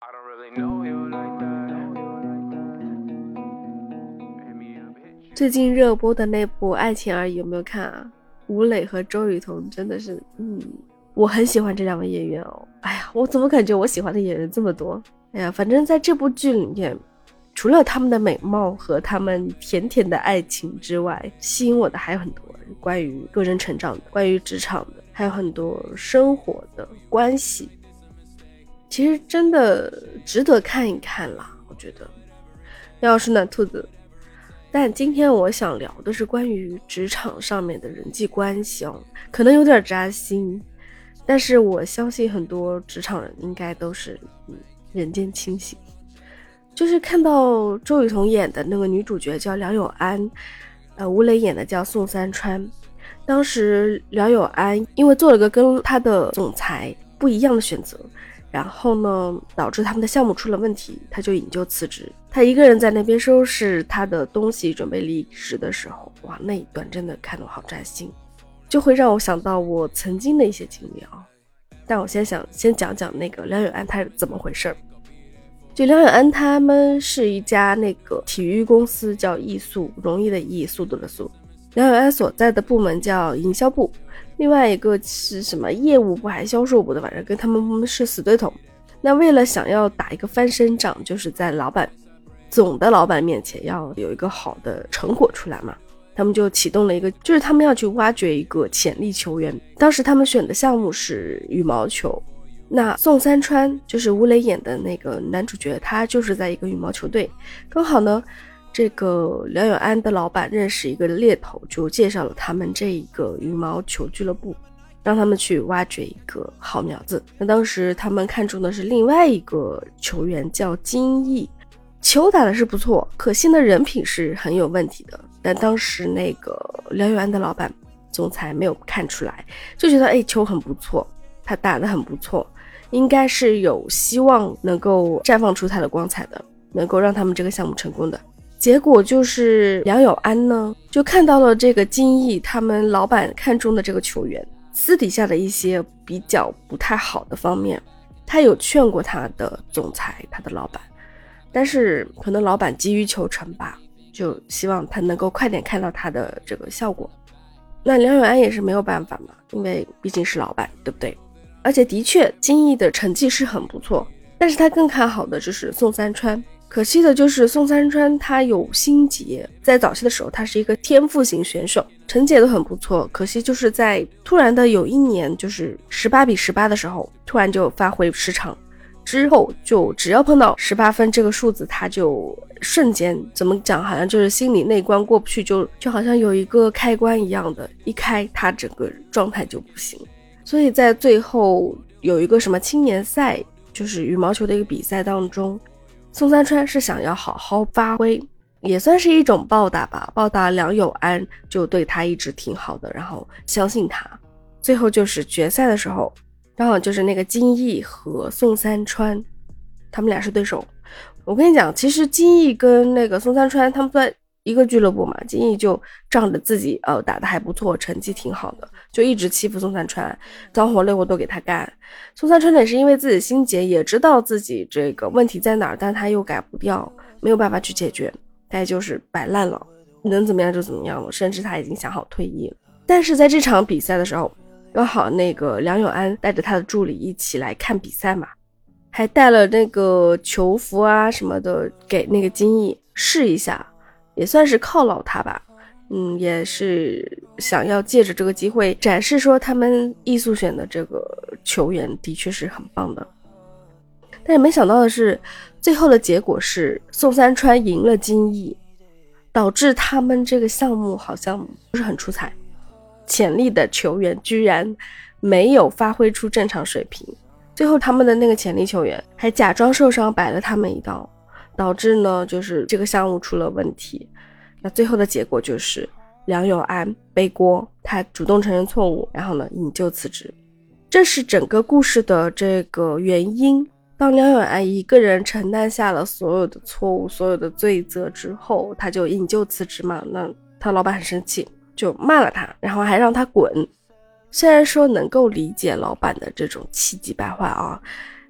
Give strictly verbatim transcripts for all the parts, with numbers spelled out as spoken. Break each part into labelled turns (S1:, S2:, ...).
S1: 最近热播的那部《爱情而已》有没有看啊？吴磊和周雨彤真的是，嗯，我很喜欢这两位演员哦。哎呀，我怎么感觉我喜欢的演员这么多？哎呀，反正在这部剧里面，除了他们的美貌和他们甜甜的爱情之外，吸引我的还有很多关于个人成长的，关于职场的，还有很多生活的关系。其实真的值得看一看啦，我觉得。要是暖兔子。但今天我想聊的是关于职场上面的人际关系哦，可能有点扎心，但是我相信很多职场人应该都是、嗯、人间清醒。就是看到周雨彤演的那个女主角叫梁咏安，呃，吴磊演的叫宋三川。当时梁咏安因为做了个跟他的总裁不一样的选择，然后呢导致他们的项目出了问题，他就引咎辞职。他一个人在那边收拾他的东西准备离职的时候，哇，那一段真的看得我好扎心，就会让我想到我曾经的一些经历啊。但我先想先讲讲那个梁咏安他是怎么回事。就梁咏安他们是一家那个体育公司，叫易速，容易的易，速度的速。梁咏安所在的部门叫营销部，另外一个是什么业务部还是销售部的，反正跟他们是死对头。那为了想要打一个翻身仗，就是在老板总的老板面前要有一个好的成果出来嘛，他们就启动了一个，就是他们要去挖掘一个潜力球员。当时他们选的项目是羽毛球，那宋三川就是吴磊演的那个男主角，他就是在一个羽毛球队。刚好呢这个梁咏安的老板认识一个猎头，就介绍了他们这一个羽毛球俱乐部，让他们去挖掘一个好苗子。那当时他们看中的是另外一个球员叫金毅，球打的是不错，可惜呢人品是很有问题的。但当时那个梁咏安的老板总裁没有看出来，就觉得哎，球很不错，他打得很不错，应该是有希望能够绽放出他的光彩的，能够让他们这个项目成功的。结果就是梁咏安呢就看到了这个金毅他们老板看中的这个球员私底下的一些比较不太好的方面，他有劝过他的总裁他的老板，但是可能老板急于求成吧，就希望他能够快点看到他的这个效果。那梁咏安也是没有办法嘛，因为毕竟是老板，对不对？而且的确金毅的成绩是很不错，但是他更看好的就是宋三川。可惜的就是宋三川他有心结，在早期的时候他是一个天赋型选手，成绩也都很不错，可惜就是在突然的有一年就是十八比十八的时候突然就发挥失常，之后就只要碰到十八分这个数字，他就瞬间怎么讲，好像就是心理内关过不去，就就好像有一个开关一样的，一开他整个状态就不行。所以在最后有一个什么青年赛，就是羽毛球的一个比赛当中，宋三川是想要好好发挥，也算是一种报答吧，报答梁咏安就对他一直挺好的，然后相信他。最后就是决赛的时候，刚好就是那个金毅和宋三川他们俩是对手。我跟你讲，其实金毅跟那个宋三川他们在一个俱乐部嘛，金毅就仗着自己呃打得还不错，成绩挺好的，就一直欺负宋三川，脏活累活都给他干。宋三川也是因为自己心结，也知道自己这个问题在哪儿，但他又改不掉，没有办法去解决，他也就是摆烂了，能怎么样就怎么样了，甚至他已经想好退役了。但是在这场比赛的时候，刚好那个梁咏安带着他的助理一起来看比赛嘛，还带了那个球服啊什么的给那个金毅试一下，也算是犒劳他吧。嗯，也是想要借着这个机会展示说他们易速选的这个球员的确是很棒的。但是没想到的是，最后的结果是宋三川赢了金毅，导致他们这个项目好像不是很出彩，潜力的球员居然没有发挥出正常水平。最后他们的那个潜力球员还假装受伤摆了他们一刀，导致呢就是这个项目出了问题。那最后的结果就是梁咏安背锅，他主动承认错误，然后呢引咎辞职。这是整个故事的这个原因。当梁咏安一个人承担下了所有的错误，所有的罪责之后，他就引咎辞职嘛。那他老板很生气，就骂了他，然后还让他滚。虽然说能够理解老板的这种气急败坏啊，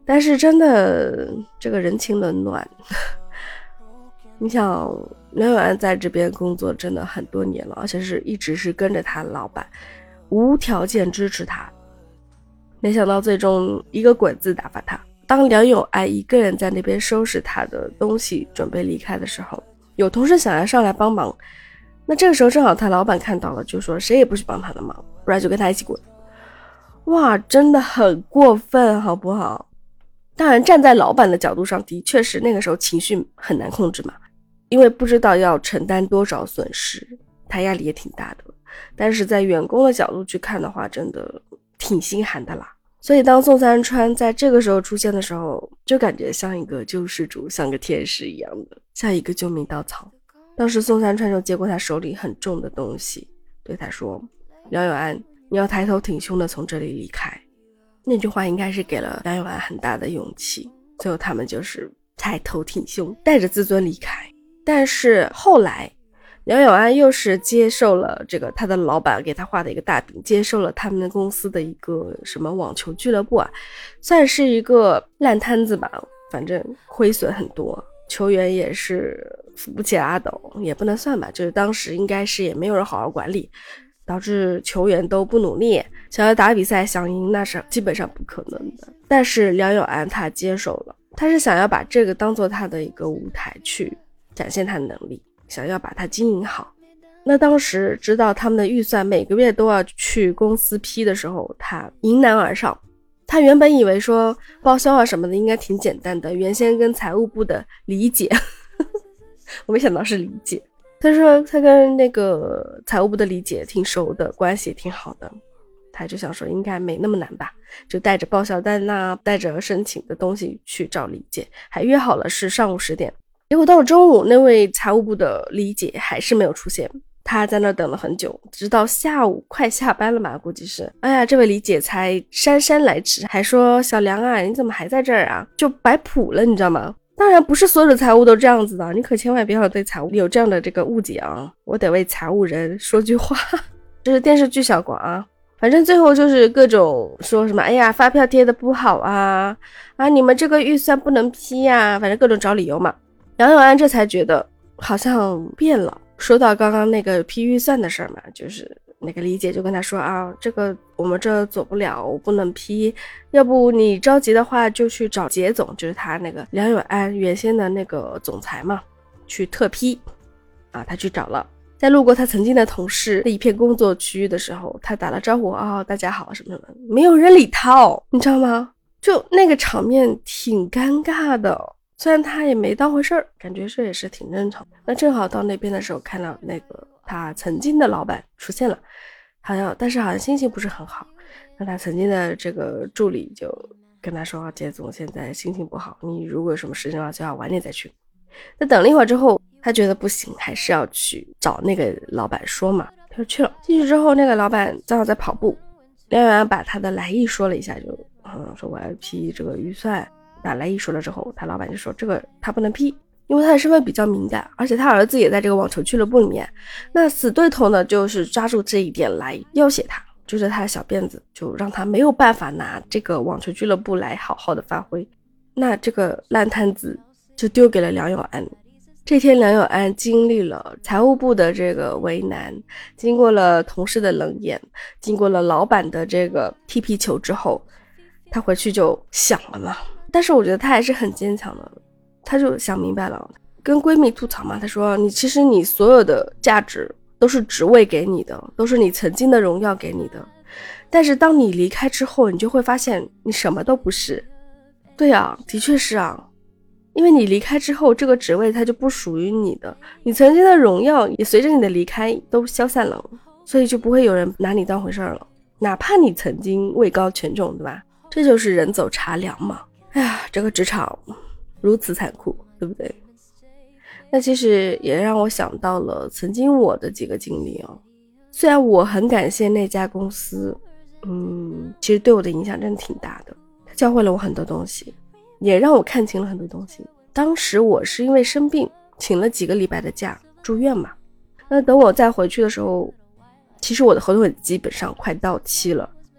S1: 但是真的这个人情冷暖你想梁永安在这边工作真的很多年了，而且是一直是跟着他老板无条件支持他，没想到最终一个滚字打发他。当梁永安一个人在那边收拾他的东西准备离开的时候，有同事想要上来帮忙，那这个时候正好他老板看到了，就说谁也不许帮他的忙，不然就跟他一起滚。哇，真的很过分好不好？当然站在老板的角度上，的确是那个时候情绪很难控制嘛，因为不知道要承担多少损失，他压力也挺大的。但是在员工的角度去看的话，真的挺心寒的啦。所以当宋三川在这个时候出现的时候，就感觉像一个救世主，像个天使一样的，像一个救命稻草。当时宋三川就接过他手里很重的东西，对他说，梁永安，你要抬头挺胸的从这里离开。那句话应该是给了梁永安很大的勇气，最后他们就是抬头挺胸带着自尊离开。但是后来梁永安又是接受了这个他的老板给他画的一个大饼，接受了他们公司的一个什么网球俱乐部啊，算是一个烂摊子吧，反正亏损很多，球员也是扶不起阿斗，也不能算吧，就是当时应该是也没有人好好管理，导致球员都不努力，想要打比赛想赢那是基本上不可能的。但是梁永安他接受了，他是想要把这个当做他的一个舞台去展现他的能力，想要把它经营好。那当时知道他们的预算每个月都要去公司批的时候，他迎难而上。他原本以为说报销啊什么的应该挺简单的，原先跟财务部的理解我没想到是理解，他说他跟那个财务部的理解挺熟的，关系也挺好的，他就想说应该没那么难吧，就带着报销单啊，带着申请的东西去找理解，还约好了是上午十点。结果到了中午，那位财务部的理解还是没有出现，他在那等了很久，直到下午快下班了嘛，估计是，哎呀，这位理解才姗姗来迟，还说小梁啊，你怎么还在这儿啊？就摆谱了，你知道吗？当然不是所有的财务都这样子的，你可千万不要对财务有这样的这个误解啊！我得为财务人说句话，这是电视剧效果啊。反正最后就是各种说什么，哎呀，发票贴的不好啊，啊，你们这个预算不能批呀、啊，反正各种找理由嘛。梁永安这才觉得好像变了。说到刚刚那个批预算的事儿嘛，就是那个李姐就跟他说啊，这个我们这做不了，我不能批，要不你着急的话就去找杰总，就是他那个梁永安原先的那个总裁嘛，去特批啊。他去找了，在路过他曾经的同事的一片工作区域的时候，他打了招呼啊、哦，大家好什么什么，没有人理他哦，你知道吗？就那个场面挺尴尬的。虽然他也没当回事儿，感觉这也是挺正常的。那正好到那边的时候，看到那个他曾经的老板出现了，好像但是好像心情不是很好。那他曾经的这个助理就跟他说：“杰总现在心情不好，你如果有什么事情的话，最好晚点再去。”那等了一会儿之后，他觉得不行，还是要去找那个老板说嘛，他就去了。进去之后，那个老板正好在跑步，梁永安把他的来意说了一下，就嗯说我要批这个预算。把来意说了之后，他老板就说这个他不能批，因为他的身份比较敏感，而且他儿子也在这个网球俱乐部里面。那死对头呢，就是抓住这一点来要挟他，就是他的小辫子，就让他没有办法拿这个网球俱乐部来好好的发挥。那这个烂摊子就丢给了梁永安。这天梁永安经历了财务部的这个为难，经过了同事的冷眼，经过了老板的这个踢皮球之后，他回去就想了嘛。但是我觉得他还是很坚强的，他就想明白了，跟闺蜜吐槽嘛，他说你其实你所有的价值都是职位给你的，都是你曾经的荣耀给你的，但是当你离开之后，你就会发现你什么都不是。对啊，的确是啊，因为你离开之后，这个职位它就不属于你的，你曾经的荣耀也随着你的离开都消散了，所以就不会有人拿你当回事了，哪怕你曾经位高权重，对吧？这就是人走茶凉嘛。哎呀，这个职场如此残酷，对不对？那其实也让我想到了曾经我的几个经历哦。虽然我很感谢那家公司，嗯，其实对我的影响真的挺大的，它教会了我很多东西，也让我看清了很多东西。当时我是因为生病，请了几个礼拜的假住院嘛。那等我再回去的时候，其实我的合同也基本上快到期了。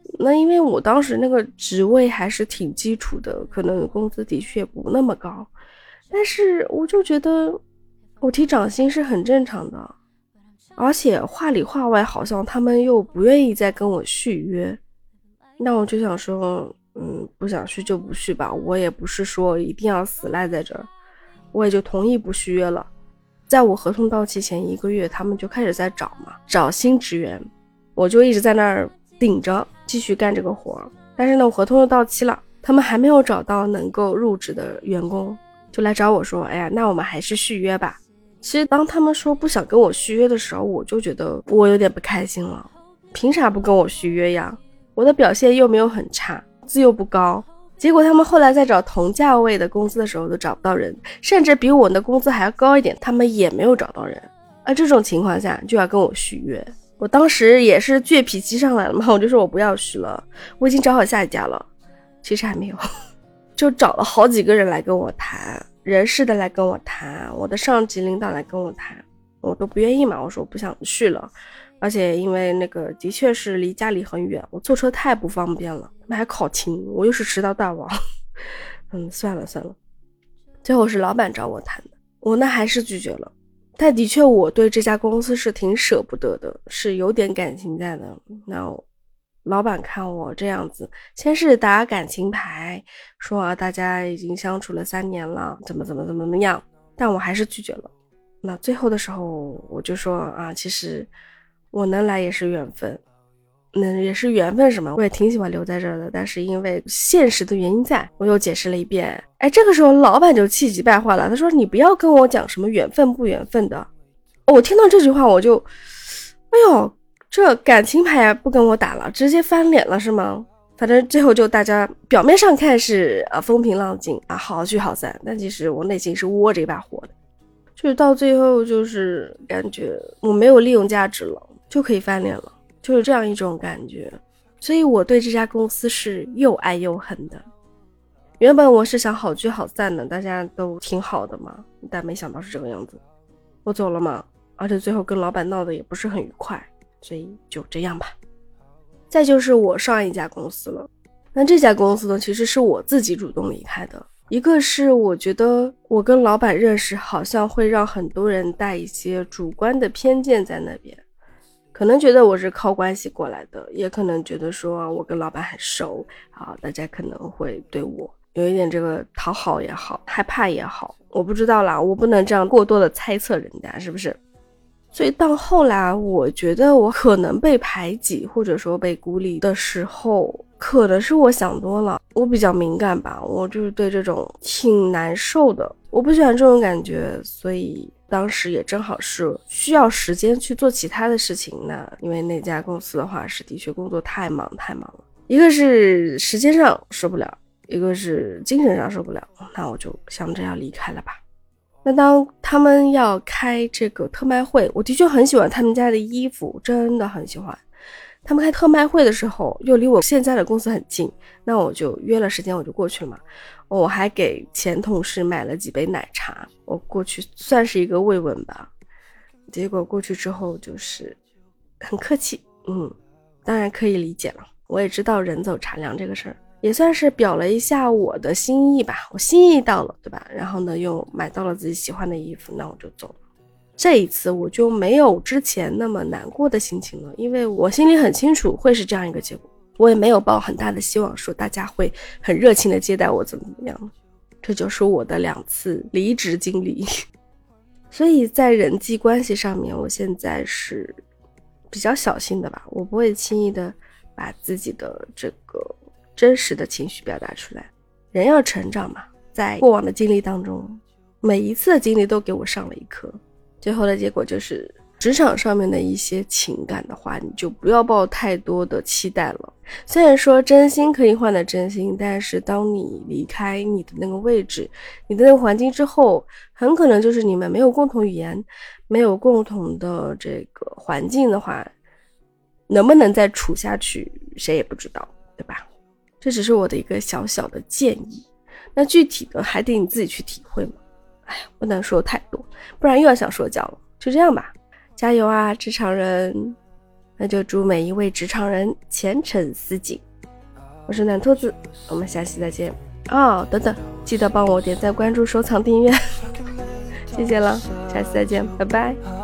S1: 那因为我当时那个职位还是挺基础的，可能工资的确不那么高，但是我就觉得我提涨薪是很正常的，而且话里话外好像他们又不愿意再跟我续约。那我就想说嗯，不想续就不续吧，我也不是说一定要死赖在这儿，我也就同意不续约了。在我合同到期前一个月，他们就开始在找嘛，找新职员，我就一直在那儿顶着继续干这个活。但是呢，我合同又到期了，他们还没有找到能够入职的员工，就来找我说，哎呀，那我们还是续约吧。其实当他们说不想跟我续约的时候，我就觉得我有点不开心了，凭啥不跟我续约呀？我的表现又没有很差，工资又不高，结果他们后来在找同价位的工资的时候都找不到人，甚至比我的工资还要高一点，他们也没有找到人。而这种情况下就要跟我续约，我当时也是倔脾气上来了嘛，我就说我不要续了，我已经找好下一家了。其实还没有，就找了好几个人来跟我谈，人事的来跟我谈，我的上级领导来跟我谈，我都不愿意嘛，我说我不想续了。而且因为那个的确是离家里很远，我坐车太不方便了，那还考勤，我又是迟到大王。嗯，算了算了，最后是老板找我谈的，我那还是拒绝了。但的确我对这家公司是挺舍不得的，是有点感情在的。那老板看我这样子，先是打感情牌，说啊大家已经相处了三年了，怎么怎么怎么怎么样，但我还是拒绝了。那最后的时候我就说啊，其实我能来也是缘分，那也是缘分什么，我也挺喜欢留在这儿的，但是因为现实的原因在，我又解释了一遍。哎，这个时候老板就气急败坏了，他说你不要跟我讲什么缘分不缘分的。哦，我听到这句话我就哎呦，这感情牌不跟我打了，直接翻脸了是吗？反正最后就大家表面上看是呃风平浪静啊，好聚好散，但其实我内心是窝着一把火的，就是到最后就是感觉我没有利用价值了，就可以翻脸了，就是这样一种感觉。所以我对这家公司是又爱又恨的。原本我是想好聚好散的，大家都挺好的嘛，但没想到是这个样子。我走了嘛，而且最后跟老板闹得也不是很愉快，所以就这样吧。再就是我上一家公司了，那这家公司呢，其实是我自己主动离开的。一个是我觉得我跟老板认识好像会让很多人带一些主观的偏见在那边，可能觉得我是靠关系过来的，也可能觉得说我跟老板很熟啊，大家可能会对我有一点这个讨好也好，害怕也好，我不知道啦，我不能这样过多的猜测人家是不是。所以到后来我觉得我可能被排挤或者说被孤立的时候，可能是我想多了，我比较敏感吧，我就是对这种挺难受的，我不喜欢这种感觉，所以当时也正好是需要时间去做其他的事情。那因为那家公司的话是的确工作太忙太忙了，一个是时间上受不了，一个是精神上受不了，那我就想着要离开了吧。那当他们要开这个特卖会，我的确很喜欢他们家的衣服，真的很喜欢。他们开特卖会的时候又离我现在的公司很近，那我就约了时间我就过去了嘛。我还给前同事买了几杯奶茶，我过去算是一个慰问吧。结果过去之后就是很客气，嗯，当然可以理解了，我也知道人走茶凉这个事儿，也算是表了一下我的心意吧，我心意到了，对吧？然后呢又买到了自己喜欢的衣服，那我就走了。这一次我就没有之前那么难过的心情了，因为我心里很清楚会是这样一个结果，我也没有抱很大的希望说大家会很热情的接待我怎么怎么样。这就是我的两次离职经历。所以在人际关系上面我现在是比较小心的吧，我不会轻易的把自己的这个真实的情绪表达出来。人要成长嘛，在过往的经历当中，每一次的经历都给我上了一课。最后的结果就是职场上面的一些情感的话，你就不要抱太多的期待了。虽然说真心可以换得真心，但是当你离开你的那个位置，你的那个环境之后，很可能就是你们没有共同语言，没有共同的这个环境的话，能不能再处下去谁也不知道，对吧？这只是我的一个小小的建议，那具体的还得你自己去体会嘛。哎呀，不能说太多，不然又要想说教了。就这样吧，加油啊，职场人！ 那就祝每一位职场人前程似锦。我是暖兔子，我们下期再见。哦，等等，记得帮我点赞、关注、收藏、订阅，谢谢了，下期再见，拜拜。